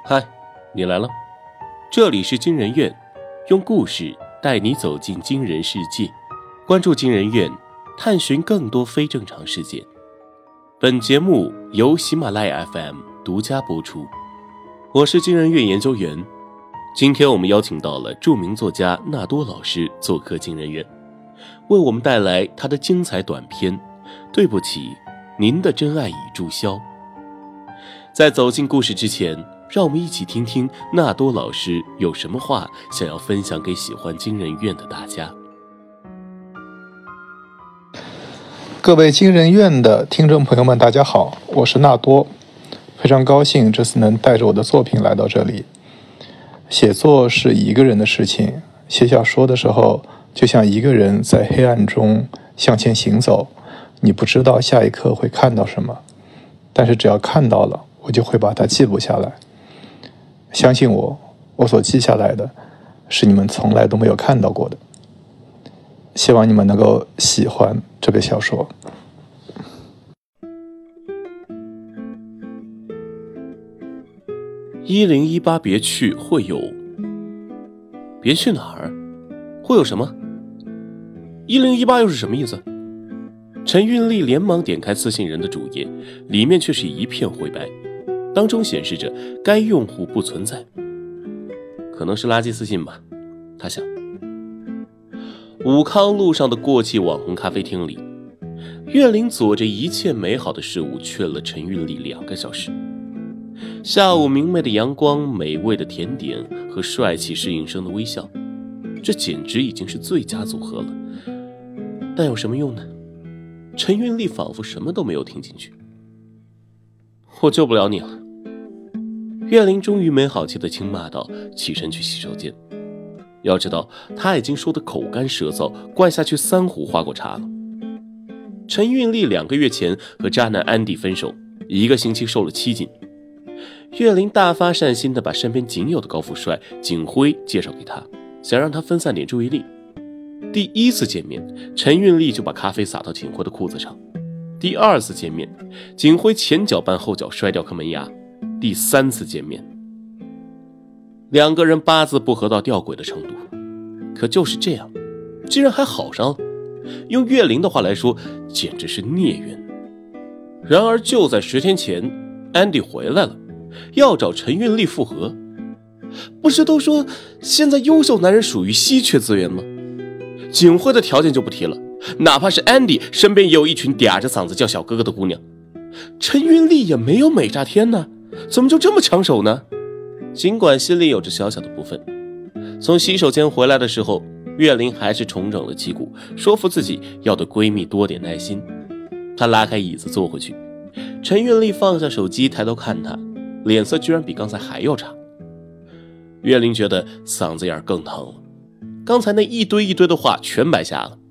嗨，你来了。这里是惊人院，用故事带你走进惊人世界。关注惊人院，探寻更多非正常事件。本节目由喜马拉雅 FM 独家播出。我是惊人院研究员。今天我们邀请到了著名作家纳多老师做客惊人院，为我们带来他的精彩短篇。对不起，您的真爱已注销。在走进故事之前，让我们一起听听纳多老师有什么话想要分享给喜欢惊人院的大家。 各位惊人院的听众朋友们，大家好，我是纳多，非常高兴这次能带着我的作品来到这里。写作是一个人的事情，写小说的时候就像一个人在黑暗中向前行走，你不知道下一刻会看到什么，但是只要看到了，我就会把它记录下来。相信我，我所记下来的是你们从来都没有看到过的。希望你们能够喜欢这个小说。 1018别去会有，别去哪儿？会有什么？1018又是什么意思？陈韵丽连忙点开私信人的主页，里面却是一片灰白，当中显示着该用户不存在。可能是垃圾私信吧，他想。武康路上的过气网红咖啡厅里，岳林佐着一切美好的事物劝了陈韵丽2个小时。下午明媚的阳光，美味的甜点和帅气侍应生的微笑，这简直已经是最佳组合了。但有什么用呢？陈韵丽仿佛什么都没有听进去。我救不了你了。岳林终于没好气的轻骂道，起身去洗手间。要知道他已经说得口干舌燥，灌下去3壶花果茶了。陈韵丽2个月前和渣男安迪分手，1个星期瘦了7斤。岳林大发善心地把身边仅有的高富帅景辉介绍给他，想让他分散点注意力。第1次见面，陈韵丽就把咖啡洒到景辉的裤子上。第2次见面，景辉前脚绊后脚摔掉颗门牙。第3次见面，2个人八字不合到吊诡的程度，可就是这样，竟然还好上了。用岳林的话来说，简直是孽缘。然而就在10天前，安迪回来了，要找陈韵丽复合。不是都说现在优秀男人属于稀缺资源吗？景辉的条件就不提了，哪怕是安迪身边也有一群嗲着嗓子叫小哥哥的姑娘。陈韵丽也没有美炸天呢，怎么就这么抢手呢？尽管心里有着小小的不忿，从洗手间回来的时候，岳林还是重整了旗鼓，说服自己要对闺蜜多点耐心。她拉开椅子坐回去，陈韵丽放下手机，抬头看她，脸色居然比刚才还要差。岳林觉得嗓子眼更疼了，刚才那一堆一堆的话全白瞎了。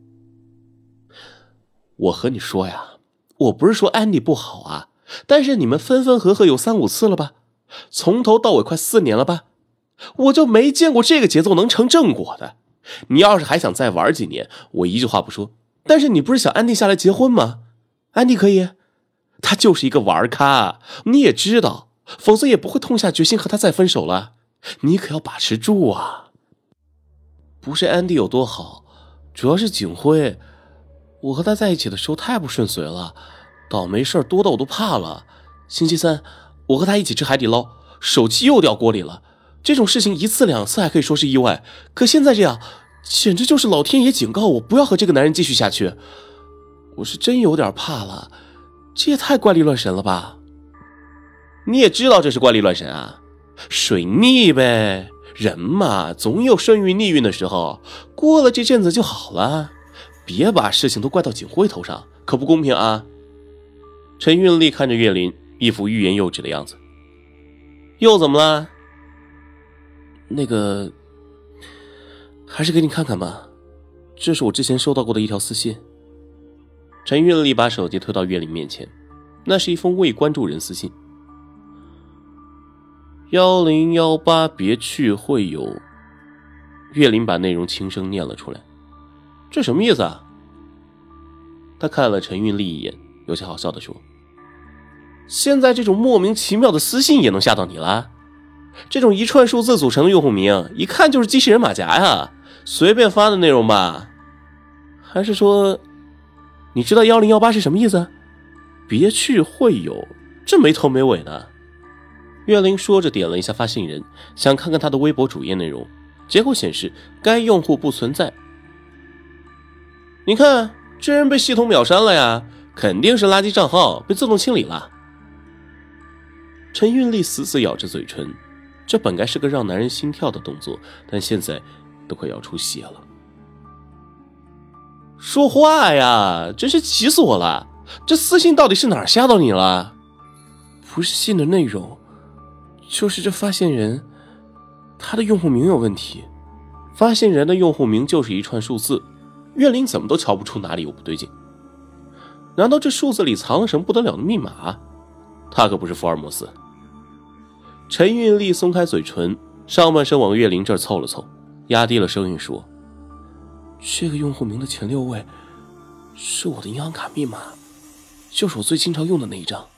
我和你说呀，我不是说安迪不好啊，但是你们分分合合有3-5次了吧，从头到尾快4年了吧，我就没见过这个节奏能成正果的。你要是还想再玩几年，我一句话不说，但是你不是想安迪下来结婚吗？安迪可以，他就是一个玩咖，你也知道，否则也不会痛下决心和他再分手了。你可要把持住啊。不是安迪有多好，主要是景辉，我和他在一起的时候太不顺遂了，倒霉事儿多到我都怕了。星期3我和他一起吃海底捞，手机又掉锅里了。这种事情1次2次还可以说是意外，可现在这样简直就是老天爷警告我不要和这个男人继续下去。我是真有点怕了，这也太怪力乱神了吧。你也知道这是怪力乱神啊，水逆呗，人嘛总有顺运逆运的时候，过了这阵子就好了，别把事情都怪到景辉头上，可不公平啊。陈韵丽看着岳林，一副欲言又止的样子。又怎么了？那个，还是给你看看吧，这是我之前收到过的一条私信。陈韵丽把手机推到岳林面前，那是一封未关注人私信。1018别去会有。岳林把内容轻声念了出来。这什么意思啊？他看了陈韵丽一眼，有些好笑地说，现在这种莫名其妙的私信也能吓到你了？ 这种一串数字组成的用户名，一看就是机器人马甲呀，随便发的内容吧？还是说，你知道1018是什么意思？别去会有，这没头没尾的。岳灵说着点了一下发信人，想看看他的微博主页内容，结果显示该用户不存在。你看，这人被系统秒删了呀，肯定是垃圾账号，被自动清理了。陈韵丽死死咬着嘴唇，这本该是个让男人心跳的动作，但现在都快要出血了。说话呀，真是气死我了！这私信到底是哪儿吓到你了？不是信的内容，就是这发现人，他的用户名有问题。发现人的用户名就是一串数字，岳灵怎么都瞧不出哪里有不对劲。难道这数字里藏了什么不得了的密码？他可不是福尔摩斯。陈韵丽松开嘴唇，上半身往岳灵这儿凑了凑，压低了声音说：这个用户名的前6位是我的银行卡密码，就是我最经常用的那一张。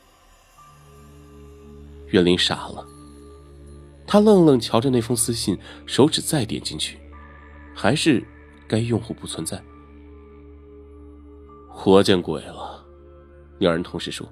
岳灵傻了，他愣愣瞧着那封私信，手指再点进去，还是该用户不存在。活见鬼了，两人同时说。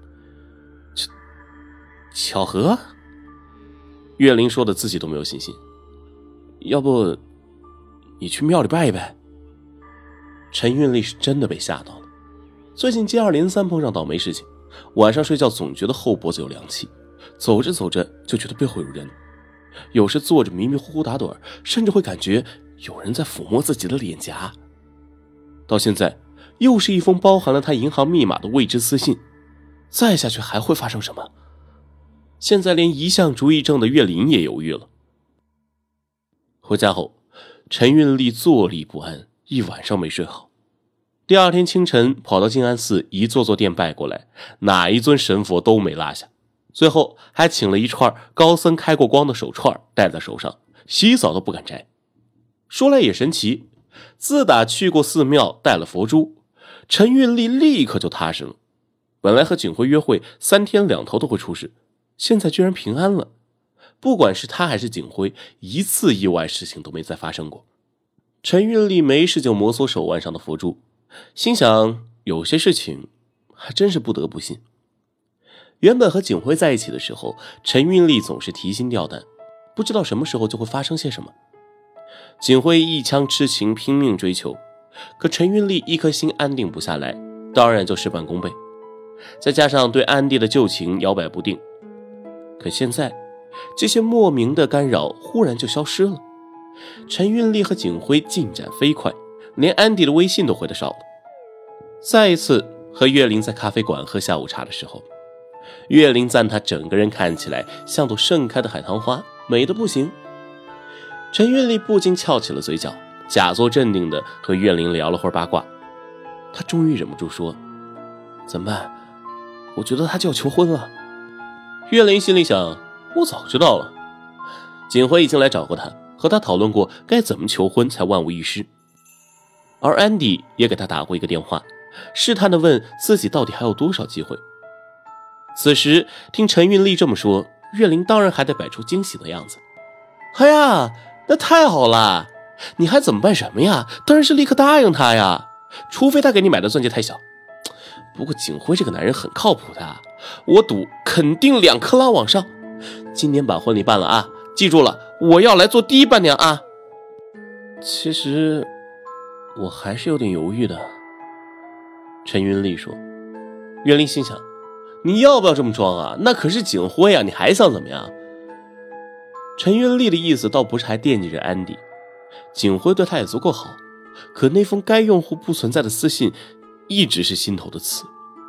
巧合？岳灵说的自己都没有信心。要不你去庙里拜一拜？陈韵丽是真的被吓到了，最近接二连三碰上倒霉事情，晚上睡觉总觉得后脖子有凉气，走着走着就觉得背后有人，有时坐着迷迷糊糊打盹，甚至会感觉有人在抚摸自己的脸颊。到现在又是一封包含了他银行密码的未知私信，再下去还会发生什么？现在连一向主义症的岳灵也犹豫了。回家后，陈韵丽坐立不安，一晚上没睡好。第二天清晨跑到静安寺一座座殿拜过来，哪一尊神佛都没落下，最后还请了一串高僧开过光的手串戴在手上，洗澡都不敢摘。说来也神奇，自打去过寺庙带了佛珠，陈韵丽立刻就踏实了。本来和景辉约会3天2头都会出事，现在居然平安了。不管是他还是景辉，一次意外事情都没再发生过。陈韵丽没事就摩挲手腕上的佛珠，心想有些事情还真是不得不信。原本和景辉在一起的时候，陈韵丽总是提心吊胆，不知道什么时候就会发生些什么。景辉一腔痴情拼命追求，可陈韵丽一颗心安定不下来，当然就事半功倍。再加上对安迪的旧情摇摆不定，可现在这些莫名的干扰忽然就消失了。陈韵丽和景辉进展飞快，连安迪的微信都回得少了。再一次和岳灵在咖啡馆喝下午茶的时候，岳灵赞他整个人看起来像朵盛开的海棠花，美得不行。陈韵丽不禁翘起了嘴角，假作镇定地和岳灵聊了会儿八卦。他终于忍不住说：怎么办？我觉得他就要求婚了。岳灵心里想，我早知道了。景辉已经来找过他，和他讨论过该怎么求婚才万无一失。而安迪也给他打过一个电话，试探地问自己到底还有多少机会。此时听陈韵丽这么说，岳灵当然还得摆出惊喜的样子。哎呀，那太好了，你还怎么办什么呀？当然是立刻答应他呀，除非他给你买的钻戒太小。不过景辉这个男人很靠谱的，我赌肯定2克拉往上。今年把婚礼办了啊，记住了，我要来做第一伴娘啊。其实我还是有点犹豫的，陈韵丽说。岳灵心想，你要不要这么装啊？那可是景辉啊，你还想怎么样？陈韵丽的意思倒不是还惦记着安迪，景辉对他也足够好，可那封该用户不存在的私信一直是心头的刺。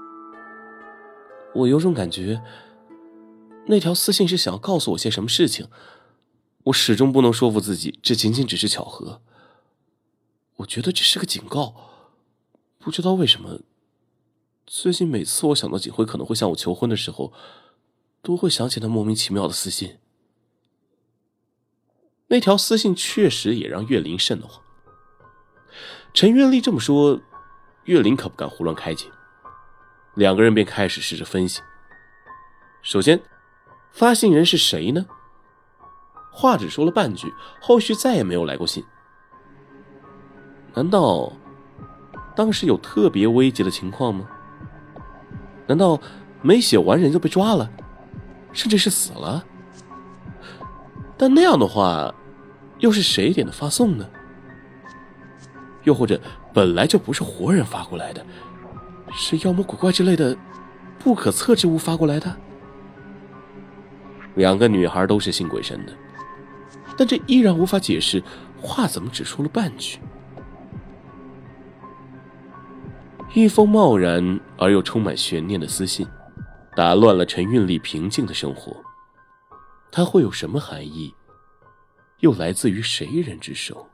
我有种感觉，那条私信是想要告诉我些什么事情，我始终不能说服自己这仅仅只是巧合。我觉得这是个警告，不知道为什么，最近每次我想到景辉可能会向我求婚的时候，都会想起那莫名其妙的私信。那条私信确实也让岳灵瘆得慌。陈韵丽这么说，岳灵可不敢胡乱开解。两个人便开始试着分析。首先，发信人是谁呢？ 话只说了半句，后续再也没有来过信。难道当时有特别危急的情况吗？难道没写完人就被抓了，甚至是死了？但那样的话，又是谁点的发送呢？又或者本来就不是活人发过来的，是妖魔鬼怪之类的不可测之物发过来的？两个女孩都是信鬼神的，但这依然无法解释话怎么只说了半句。一封贸然而又充满悬念的私信，打乱了陈韵丽平静的生活。它会有什么含义？又来自于谁人之手？